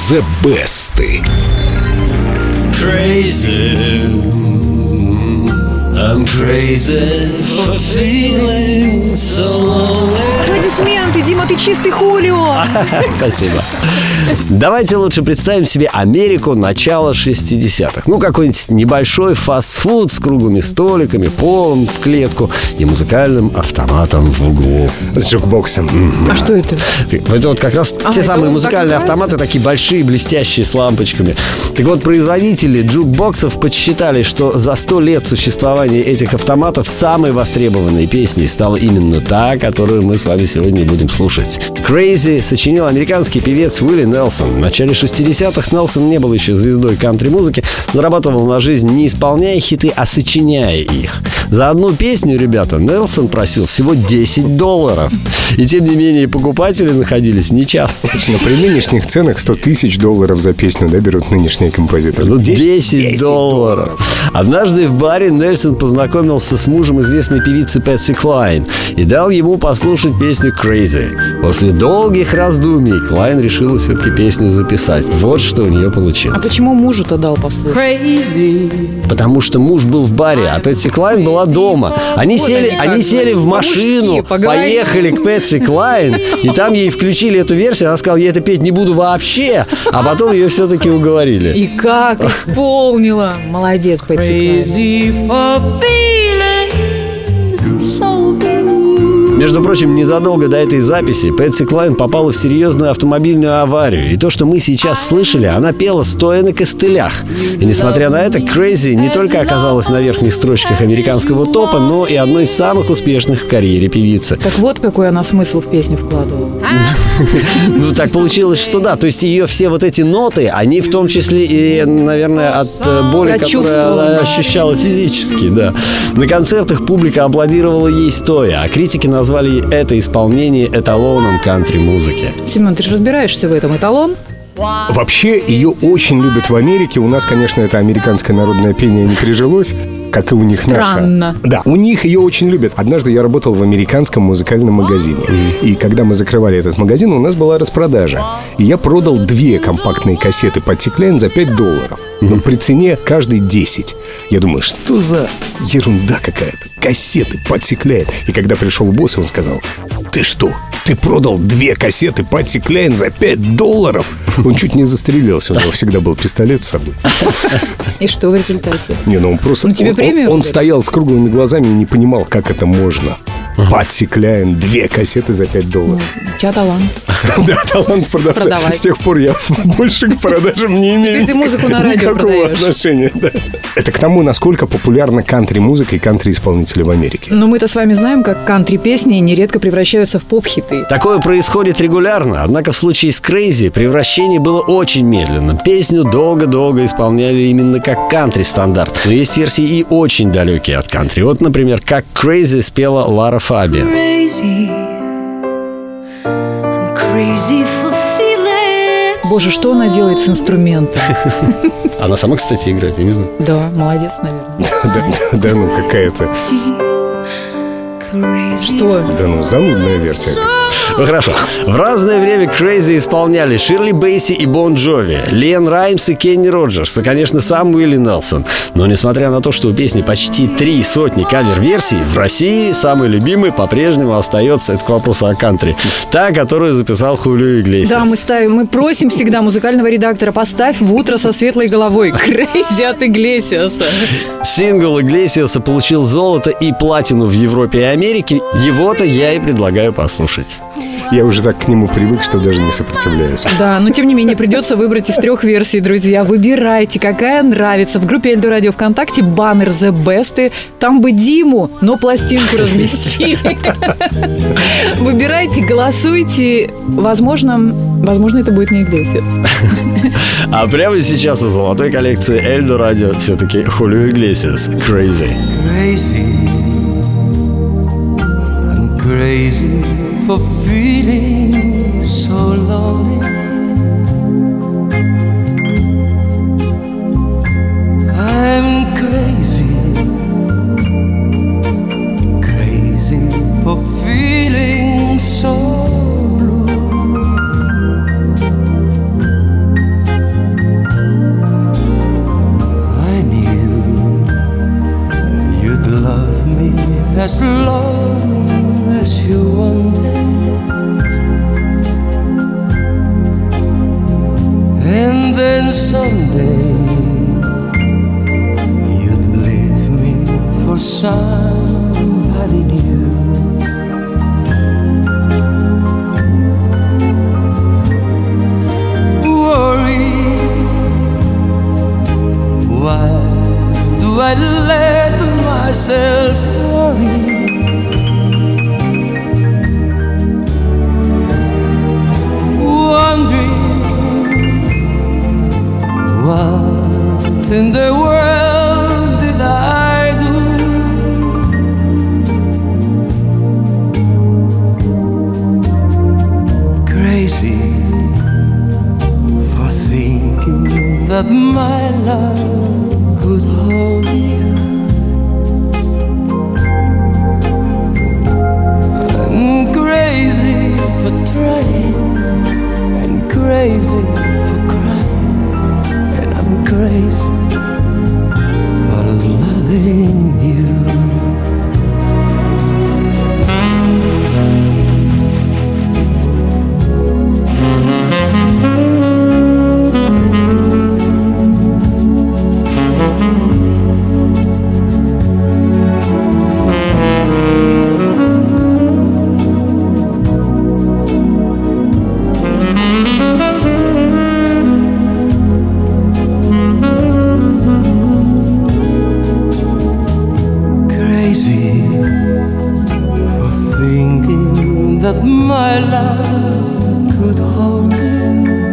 The Best. Crazy, I'm crazy for feeling so lonely. Аплодисменты, Дима, ты чистый Хулио. Спасибо. Давайте лучше представим себе Америку начала 60-х. Ну, какой-нибудь небольшой фастфуд с круглыми столиками, полом в клетку и музыкальным автоматом в углу. С джукбоксом. А что это? Это вот как раз те самые он музыкальные так автоматы, такие большие, блестящие, с лампочками. Так вот, производители джукбоксов подсчитали, что за 100 лет существования этих автоматов самой востребованной песней стала именно та, которую мы с вами сегодня будем слушать. «Crazy» сочинил американский певец Уилли Нельсон. В начале 60-х Нельсон не был еще звездой кантри-музыки, зарабатывал на жизнь не исполняя хиты, а сочиняя их. За одну песню, ребята, Нельсон просил всего $10. И тем не менее покупатели находились нечасто. Точно, при нынешних ценах $100 тысяч за песню, да, берут нынешние композиторы. Ну, $10. Однажды в баре Нельсон познакомился с мужем известной певицы Пэтси Клайн и дал ему послушать песню «Crazy». После долгих раздумий Клайн решила все-таки песню записать. Вот что у нее получилось. А почему мужу-то дал послушать? Потому что муж был в баре, а Пэтси Клайн была дома. Они сели в машину, поехали к Пэтси Клайн, и там ей включили эту версию. Она сказала, я это петь не буду вообще. А потом ее все-таки уговорили. И как исполнила. Молодец, Пэтси Клайн. Между прочим, незадолго до этой записи Пэтси Клайн попала в серьезную автомобильную аварию. И то, что мы сейчас слышали, она пела стоя на костылях. И несмотря на это, «Crazy» не только оказалась на верхних строчках американского топа, но и одной из самых успешных в карьере певицы. Так вот какой она смысл в песню вкладывала. Ну, так получилось, что да. То есть ее все вот эти ноты, они в том числе и, наверное, от боли, которую она ощущала физически, да. На концертах публика аплодировала ей стоя, а критики назвали это исполнение эталоном кантри-музыки. Семен, ты же разбираешься в этом. Эталон? Вообще, ее очень любят в Америке. У нас, конечно, это американское народное пение не прижилось, как и у них Странно. наше. Да, у них ее очень любят. Однажды я работал в американском музыкальном магазине. И когда мы закрывали этот магазин, у нас была распродажа. И я продал 2 компактные кассеты Пэтси Клайн за $5. Но при цене каждый 10. Я думаю, что за ерунда какая-то. Кассеты Пэтси Клайн. И когда пришел босс, он сказал, ты что? Ты продал 2 кассеты Пэтси Клайн за $5? Он чуть не застрелился. У него всегда был пистолет с собой. И что в результате? Не, ну он просто... Он стоял с круглыми глазами и не понимал, как это можно. Пэтси Клайн, 2 кассеты за $5. У тебя талант. Да, талант продавца. Продавай. С тех пор я больше к продажам не имею. Теперь ты музыку на радио никакого продаешь. отношения. Да. Это к тому, насколько популярна кантри-музыка и кантри-исполнители в Америке. Но мы-то с вами знаем, как кантри-песни нередко превращаются в поп-хиты. Такое происходит регулярно, однако в случае с «Crazy» превращение было очень медленным. Песню долго-долго исполняли именно как кантри-стандарт. Но есть версии и очень далекие от кантри. Вот, например, как «Crazy» спела Лара Фаби. Боже, что она делает с инструментом? Она сама, кстати, играет, я не знаю. Да, молодец, наверное. Да ну какая-то... Что? Да ну занудная версия. Ну хорошо. В разное время «Crazy» исполняли Ширли Бейси и Бон Джови, Лиэн Раймс и Кенни Роджерс, и, конечно, сам Уилли Нельсон. Но несмотря на то, что у песни почти 300 кавер-версий, в России самой любимой по-прежнему остается, это к вопросу о кантри, та, которую записал Хулио Иглесиас. Да, мы просим всегда музыкального редактора, поставь в утро со светлой головой «Crazy» от Иглесиаса. Сингл Иглесиаса получил золото и платину в Европе и Америке. Его-то я и предлагаю послушать. Я уже так к нему привык, что даже не сопротивляюсь. Да, но тем не менее придется выбрать из 3 версий, друзья. Выбирайте, какая нравится. В группе Эльдо Радио ВКонтакте баннер The Best. Там бы Диму, но пластинку разместили. Выбирайте, голосуйте. Возможно, это будет не Иглесиас. А прямо сейчас из золотой коллекции Эльдо Радио все-таки Хулио Иглесиас «Crazy». Crazy for feeling so lonely. I'm crazy, crazy for feeling so blue. as long as you want it. And then someday you'd leave me for somebody new. Worry, why do I let myself worry? Wondering what in the world did I do? Crazy for thinking that my love could hold you. I'm crazy for trying and crazy for crying, and I'm crazy for loving you. Crazy for thinking that my love could hold you.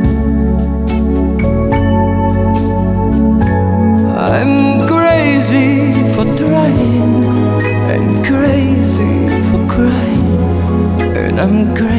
I'm crazy for trying and crazy for crying, and I'm crazy